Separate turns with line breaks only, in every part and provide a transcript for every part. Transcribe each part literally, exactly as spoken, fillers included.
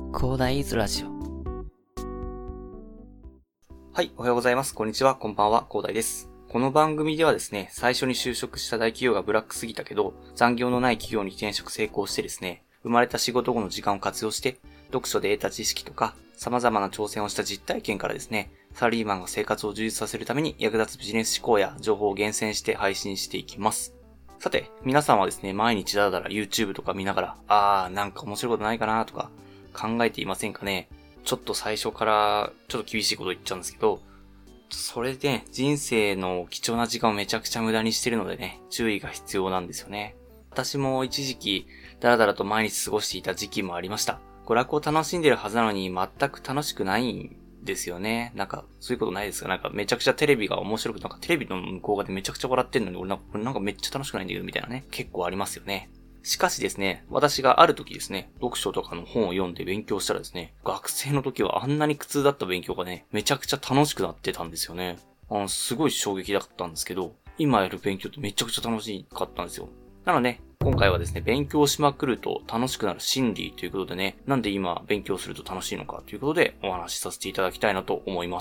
広大ズラジオ。
はい、おはようございます。こんにちは、こんばんは、広大です。この番組ではですね、最初に就職した大企業がブラックすぎたけど、残業のない企業に転職成功してですね、生まれた仕事後の時間を活用して、読書で得た知識とか、様々な挑戦をした実体験からですね、サラリーマンが生活を充実させるために役立つビジネス思考や情報を厳選して配信していきます。さて、皆さんはですね、毎日だらだら YouTube とか見ながら、あー、なんか面白いことないかなとか考えていませんかね。ちょっと最初からちょっと厳しいこと言っちゃうんですけど、それで、ね、人生の貴重な時間をめちゃくちゃ無駄にしてるのでね、注意が必要なんですよね。私も一時期、だらだらと毎日過ごしていた時期もありました。娯楽を楽しんでるはずなのに全く楽しくないんですよね。なんか、そういうことないですか？なんかめちゃくちゃテレビが面白く、なんかテレビの向こう側でめちゃくちゃ笑ってんのに俺なんか、俺なんかめっちゃ楽しくないんだけどみたいなね。結構ありますよね。しかしですね、私がある時ですね、読書とかの本を読んで勉強したらですね、学生の時はあんなに苦痛だった勉強がね、めちゃくちゃ楽しくなってたんですよね。あの、すごい衝撃だったんですけど、今やる勉強ってめちゃくちゃ楽しかったんですよ。なので、ね、今回はですね、勉強しまくると楽しくなる心理ということでね、なんで今勉強すると楽しいのかということでお話しさせていただきたいなと思います。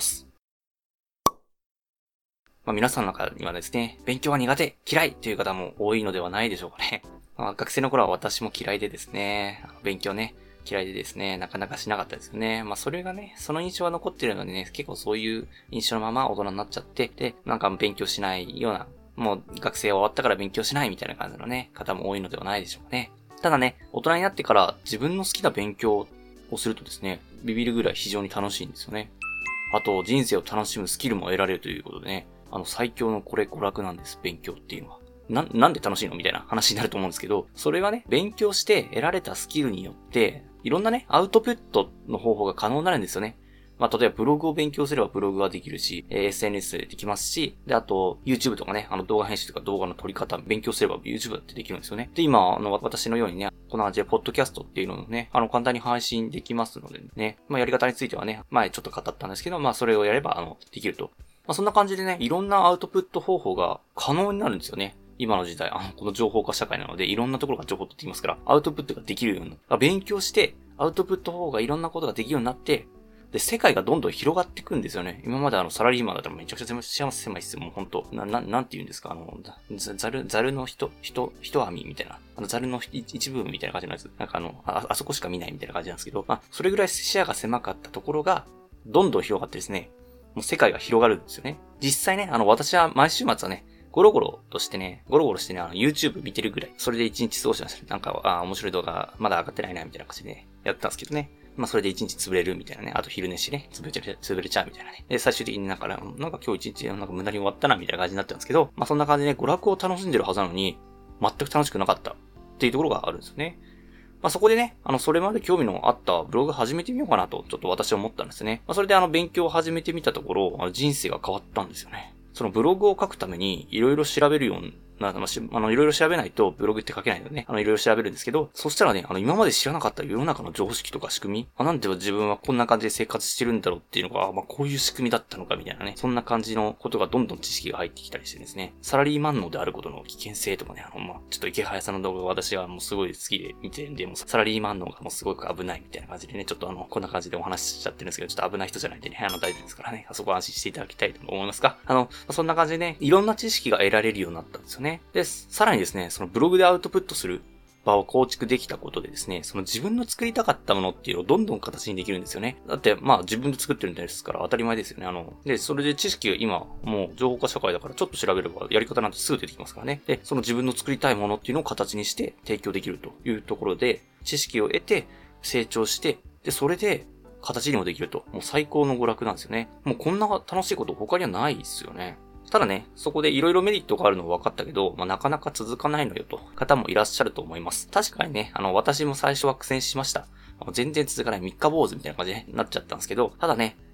まあ、皆さんの中にはですね、勉強は苦手、嫌いという方も多いのではないでしょうかね。まあ、学生の頃は私も嫌いでですね、勉強ね、嫌いでですね、なかなかしなかったですよね。まあそれがね、その印象が残ってるのでね、結構そういう印象のまま大人になっちゃって、で、なんか勉強しないような、もう学生終わったから勉強しないみたいな感じのね、方も多いのではないでしょうかね。ただね、大人になってから自分の好きな勉強をするとですね、ビビるぐらい非常に楽しいんですよね。あと、人生を楽しむスキルも得られるということでね、あの最強のこれ娯楽なんです、勉強っていうのは。な、なんで楽しいのみたいな話になると思うんですけど、それはね、勉強して得られたスキルによって、いろんなね、アウトプットの方法が可能になるんですよね。まあ、例えばブログを勉強すればブログができるし、エスエヌエス でできますし、で、あと、YouTube とかね、あの動画編集とか動画の撮り方、勉強すれば YouTube だってできるんですよね。で、今、あの、私のようにね、この感じで、ポッドキャストっていうのをね、あの、簡単に配信できますのでね、まあ、やり方についてはね、前ちょっと語ったんですけど、まあ、それをやれば、あの、できると。まあ、そんな感じでね、いろんなアウトプット方法が可能になるんですよね。今の時代、あの、この情報化社会なので、いろんなところが情報を取ってきますから、アウトプットができるようになる。勉強して、アウトプット方法がいろんなことができるようになって、で、世界がどんどん広がっていくんですよね。今まであの、サラリーマンだったらめちゃくちゃ幸せ狭いっすよ。もうほんと。な、な、なんて言うんですかあの、ザル、ザルの人、人、人網みたいな。あの、ザルの一部分みたいな感じのやつ。なんかあの、あ、あそこしか見ないみたいな感じなんですけど、まあ、それぐらい視野が狭かったところが、どんどん広がってですね、もう世界が広がるんですよね。実際ね、あの、私は毎週末はね、ゴロゴロとしてね、ゴロゴロしてね、あの、YouTube 見てるぐらい。それで一日過ごしました。なんか、あ、面白い動画まだ上がってないな、みたいな感じで、ね、やってたんですけどね。まあ、それで一日潰れるみたいなね。あと昼寝しね、潰れちゃう、潰れちゃうみたいなね。で、最終的になんか、なんか今日一日なんか無駄に終わったな、みたいな感じになったんですけど、まあ、そんな感じでね、娯楽を楽しんでるはずなのに、全く楽しくなかったっていうところがあるんですよね。まあ、そこでね、あの、それまで興味のあったブログ始めてみようかなと、ちょっと私は思ったんですね。まあ、それであの、勉強を始めてみたところ、あの人生が変わったんですよね。そのブログを書くために、いろいろ調べるようにな、まあ、あの、いろいろ調べないとブログって書けないのでね、あの、いろいろ調べるんですけど、そしたらね、あの、今まで知らなかった世の中の常識とか仕組み、あ、なんで自分はこんな感じで生活してるんだろうっていうのが、まあ、こういう仕組みだったのかみたいなね、そんな感じのことがどんどん知識が入ってきたりしてですね、サラリーマン能であることの危険性とかね、あの、まあ、ちょっと池早さんの動画が私はもうすごい好きで見てるんで、もうサラリーマン能がもうすごく危ないみたいな感じでね、ちょっとあの、こんな感じでお話ししちゃってるんですけど、ちょっと危ない人じゃないんでね、あの、大丈夫ですからね、あそこ安心していただきたいと思いますが、あの、そんな感じでね、いろんな知識が得られるようになったんですよね。で、さらにですね、そのブログでアウトプットする場を構築できたことでですね、その自分の作りたかったものっていうのをどんどん形にできるんですよね。だって、まあ自分で作ってるんですから当たり前ですよね。あの、で、それで知識が今、もう情報化社会だからちょっと調べればやり方なんてすぐ出てきますからね。で、その自分の作りたいものっていうのを形にして提供できるというところで、知識を得て、成長して、で、それで、形にもできると。もう最高の娯楽なんですよね。もうこんな楽しいこと他にはないですよね。ただね、そこで色々メリットがあるのは分かったけど、まあ、なかなか続かないのよと方もいらっしゃると思います。確かにね、あの、私も最初は苦戦しました。全然続かない三日坊主みたいな感じになっちゃったんですけど、ただね、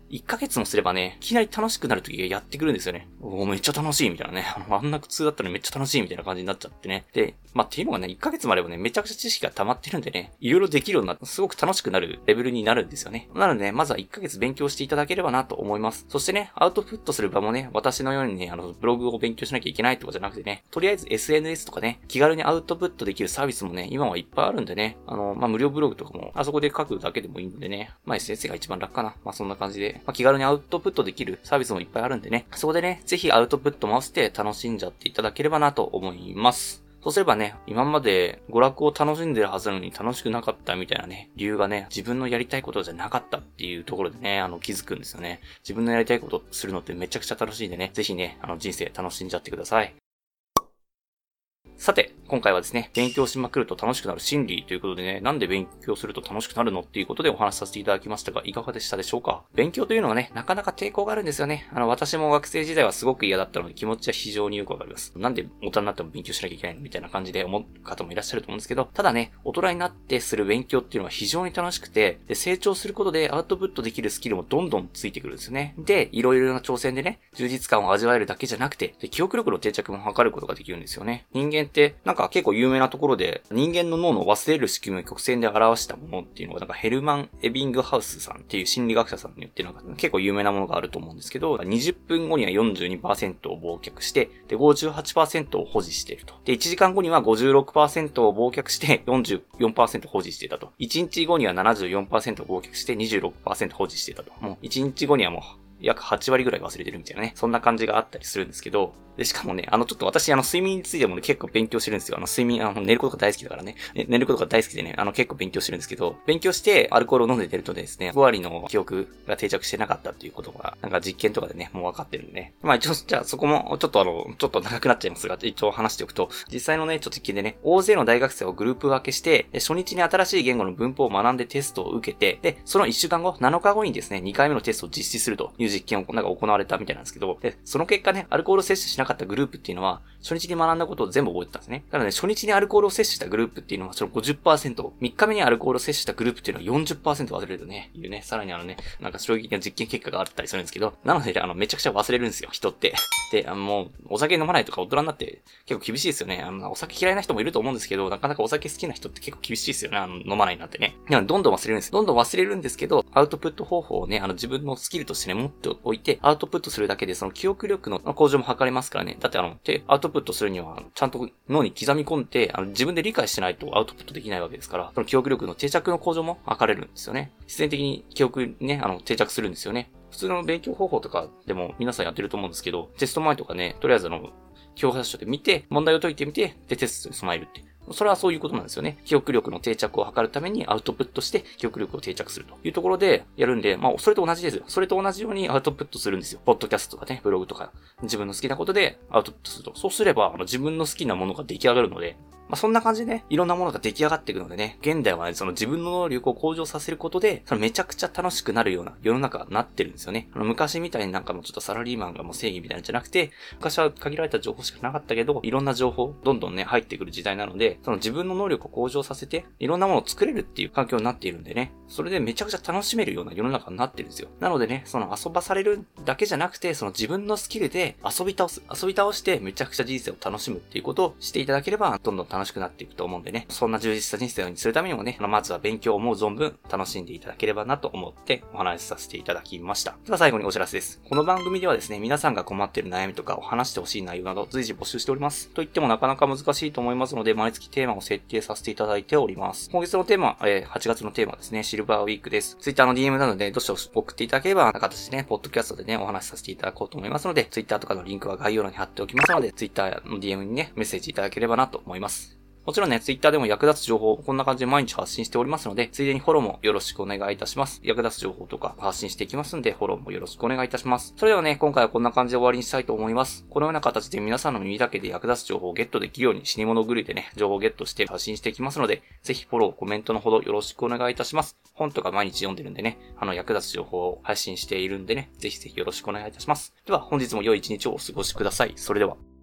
いっかげつもすればね、いきなり楽しくなる時がやってくるんですよね。おーめっちゃ楽しいみたいなね。あの、あんな苦痛だったのにめっちゃ楽しいみたいな感じになっちゃってね。で、まあ、っていうのがね、いっかげつまでもね、めちゃくちゃ知識が溜まってるんでね、いろいろできるようになって、すごく楽しくなるレベルになるんですよね。なのでね、まずはいっかげつ勉強していただければなと思います。そしてね、アウトプットする場もね、私のようにね、あの、ブログを勉強しなきゃいけないとかじゃなくてね、とりあえず エスエヌエス とかね、気軽にアウトプットできるサービスもね、今はいっぱいあるんでね、あの、まあ、無料ブログとかも、あそこで書くだけでもいいんでね、まあ、エスエヌエス が一番楽かな。まあ、そんな感じで、まあ、気軽にアウトプットできるサービスもいっぱいあるんでね、そこでね、ぜひアウトプットも合わせて楽しんじゃっていただければなと思います。そうすればね、今まで娯楽を楽しんでるはずなのに楽しくなかったみたいなね、理由がね、自分のやりたいことじゃなかったっていうところでね、あの気づくんですよね。自分のやりたいことするのってめちゃくちゃ楽しいんでね、ぜひね、あの人生楽しんじゃってください。さて、今回はですね、勉強しまくると楽しくなる心理ということでね、なんで勉強すると楽しくなるのっていうことでお話しさせていただきましたが、いかがでしたでしょうか？勉強というのはね、なかなか抵抗があるんですよね。あの、私も学生時代はすごく嫌だったので気持ちは非常によくわかります。なんで大人になっても勉強しなきゃいけないのみたいな感じで思う方もいらっしゃると思うんですけど、ただね、大人になってする勉強っていうのは非常に楽しくて、で、成長することでアウトプットできるスキルもどんどんついてくるんですよね。で、いろいろな挑戦でね、充実感を味わえるだけじゃなくて、で、記憶力の定着も図ることができるんですよね。人間って、なんか結構有名なところで、人間の脳の忘れる仕組みを曲線で表したものっていうのが、なんかヘルマン・エビングハウスさんっていう心理学者さんに言ってるのが結構有名なものがあると思うんですけど、にじゅっぷんごには よんじゅうにパーセント を忘却して、で、ごじゅうはちパーセント を保持していると。で、いちじかんごには ごじゅうろくパーセント を忘却して、よんじゅうよんパーセント 保持していたと。いちにちごには ななじゅうよんパーセント 忘却して にじゅうろくパーセント 保持していたと。もういちにちごにはもう、約はちわりぐらい忘れてるみたいなね。そんな感じがあったりするんですけど、で、しかもね、あの、ちょっと私、あの、睡眠についてもね、結構勉強してるんですよ。あの、睡眠、あの、寝ることが大好きだからね。ね寝ることが大好きでね、あの、結構勉強してるんですけど、勉強して、アルコールを飲んで寝るとですね、ごわりの記憶が定着してなかったっていうことが、なんか実験とかでね、もう分かってるんでね。まあ、一応、じゃあ、そこも、ちょっとあの、ちょっと長くなっちゃいますが、一応話しておくと、実際のね、ちょっと実験でね、大勢の大学生をグループ分けして、初日に新しい言語の文法を学んでテストを受けて、で、そのいっしゅうかんご、なのかごにですね、にかいめのテストを実施するという実験を、なんか行われたみたいなんですけど、で、その結果ね、アルコールを摂取しなかったグループっていうのは、初日に学んだことを全部覚えてたんですね。なので、初日にアルコールを摂取したグループっていうのは、その ごじゅっパーセント、みっかめにアルコールを摂取したグループっていうのは よんじゅっパーセント 忘れるとね、いうね、さらにあのね、なんか衝撃的な実験結果があったりするんですけど、なので、あの、めちゃくちゃ忘れるんですよ、人って。で、あの、もう、お酒飲まないとか大人になって結構厳しいですよね。あの、お酒嫌いな人もいると思うんですけど、なかなかお酒好きな人って結構厳しいですよね。あの、飲まないなんてね。なので、どんどん忘れるんです。どんどん忘れるんですけど、アウトプット方法をね、あの、自分のスキルとしてね、持っておいて、アウトプットするだけで、その記憶力の向上も図れますからね。だってあの、で、アウトプットするには、ちゃんと脳に刻み込んで、あの、自分で理解してないとアウトプットできないわけですから、その記憶力の定着の向上も図れるんですよね。必然的に記憶にね、あの、定着するんですよね。普通の勉強方法とかでも皆さんやってると思うんですけど、テスト前とかね、とりあえずあの、教科書で見て、問題を解いてみて、で、テストに備えるって。それはそういうことなんですよね。記憶力の定着を図るためにアウトプットして記憶力を定着するというところでやるんで、まあ、それと同じですよ。それと同じようにアウトプットするんですよ。ポッドキャストとかね、ブログとか、自分の好きなことでアウトプットすると。そうすれば、あの自分の好きなものが出来上がるので、まあ、そんな感じでね、いろんなものが出来上がっていくのでね、現代はね、その自分の能力を向上させることで、そのめちゃくちゃ楽しくなるような世の中になってるんですよね。あの昔みたいになんかもうちょっとサラリーマンがもう正義みたいなんじゃなくて、昔は限られた情報しかなかったけど、いろんな情報、どんどんね、入ってくる時代なので、その自分の能力を向上させて、いろんなものを作れるっていう環境になっているんでね、それでめちゃくちゃ楽しめるような世の中になってるんですよ。なのでね、その遊ばされるだけじゃなくて、その自分のスキルで遊び倒す。遊び倒してめちゃくちゃ人生を楽しむっていうことをしていただければ、どんどん楽しくなっていくと思うんでね、そんな充実した人生にするためにもね、まずは勉強を思う存分楽しんでいただければなと思ってお話しさせていただきました。では最後にお知らせです。この番組ではですね、皆さんが困っている悩みとかを話してほしい内容など随時募集しております。と言ってもなかなか難しいと思いますので、毎月テーマを設定させていただいております。今月のテーマ、えー、はちがつのテーマですね、シルバーウィークです。Twitter の ディーエム などでどしどし送っていただければ、な形でね、ポッドキャストでね、お話しさせていただこうと思いますので、Twitter とかのリンクは概要欄に貼っておきますので、Twitter の ディーエム にね、メッセージいただければなと思います。もちろんね、ツイッターでも役立つ情報をこんな感じで毎日発信しておりますので、ついでにフォローもよろしくお願いいたします。役立つ情報とか発信していきますので、フォローもよろしくお願いいたします。それではね、今回はこんな感じで終わりにしたいと思います。このような形で皆さんの耳だけで役立つ情報をゲットできるように死に物狂いでね、情報をゲットして発信していきますので、ぜひフォロー、コメントのほどよろしくお願いいたします。本とか毎日読んでるんでね、あの役立つ情報を配信しているんでね、ぜひぜひよろしくお願いいたします。では本日も良い一日をお過ごしください。それでは。